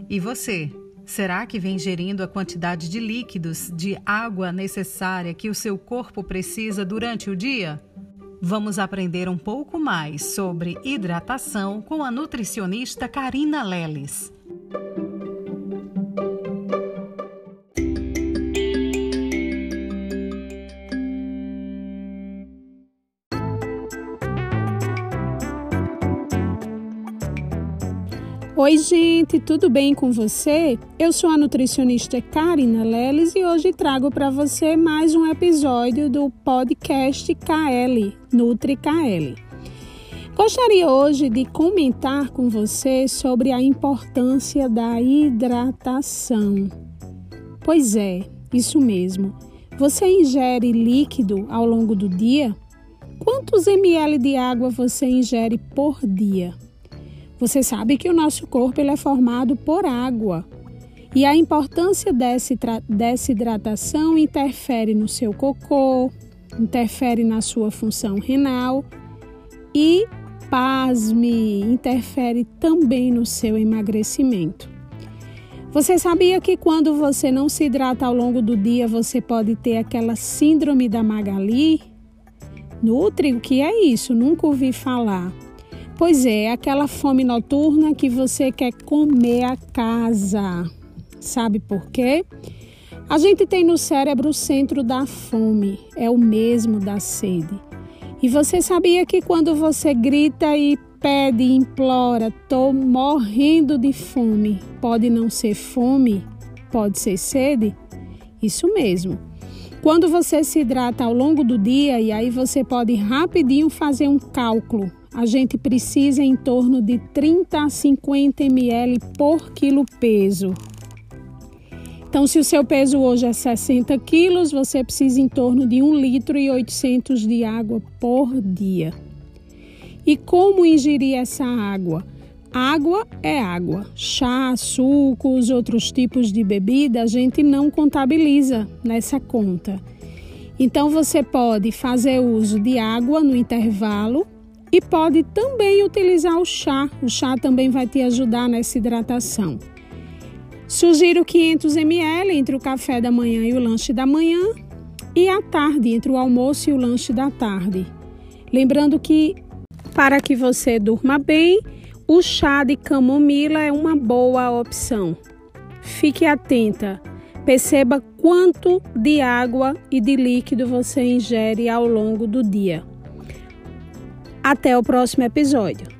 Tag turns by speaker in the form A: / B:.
A: E você? Será que vem ingerindo a quantidade de líquidos, de água necessária que o seu corpo precisa durante o dia? Vamos aprender um pouco mais sobre hidratação com a nutricionista Karina Leles.
B: Oi gente, tudo bem com você? Eu sou a nutricionista Karina Leles e hoje trago para você mais um episódio do podcast KL, NutriKL. Gostaria hoje de comentar com você sobre a importância da hidratação. Pois é, isso mesmo. Você ingere líquido ao longo do dia? Quantos ml de água você ingere por dia? Você sabe que o nosso corpo ele é formado por água e a importância dessa hidratação interfere no seu cocô, interfere na sua função renal e, pasme, interfere também no seu emagrecimento. Você sabia que quando você não se hidrata ao longo do dia, você pode ter aquela síndrome da Magali? Nutri, o que é isso? Nunca ouvi falar. Pois é, aquela fome noturna que você quer comer a casa. Sabe por quê? A gente tem no cérebro o centro da fome, é o mesmo da sede. E você sabia que quando você grita e pede, implora, tô morrendo de fome, pode não ser fome, pode ser sede? Isso mesmo. Quando você se hidrata ao longo do dia, e aí você pode rapidinho fazer um cálculo, a gente precisa em torno de 30 a 50 ml por quilo peso. Então, se o seu peso hoje é 60 quilos, você precisa em torno de 1,8 litro de água por dia. E como ingerir essa água? Água é água. Chá, sucos, outros tipos de bebida, a gente não contabiliza nessa conta. Então, você pode fazer uso de água no intervalo e pode também utilizar o chá. O chá também vai te ajudar nessa hidratação. Sugiro 500 ml entre o café da manhã e o lanche da manhã e à tarde, entre o almoço e o lanche da tarde. Lembrando que, para que você durma bem, o chá de camomila é uma boa opção. Fique atenta, perceba quanto de água e de líquido você ingere ao longo do dia. Até o próximo episódio.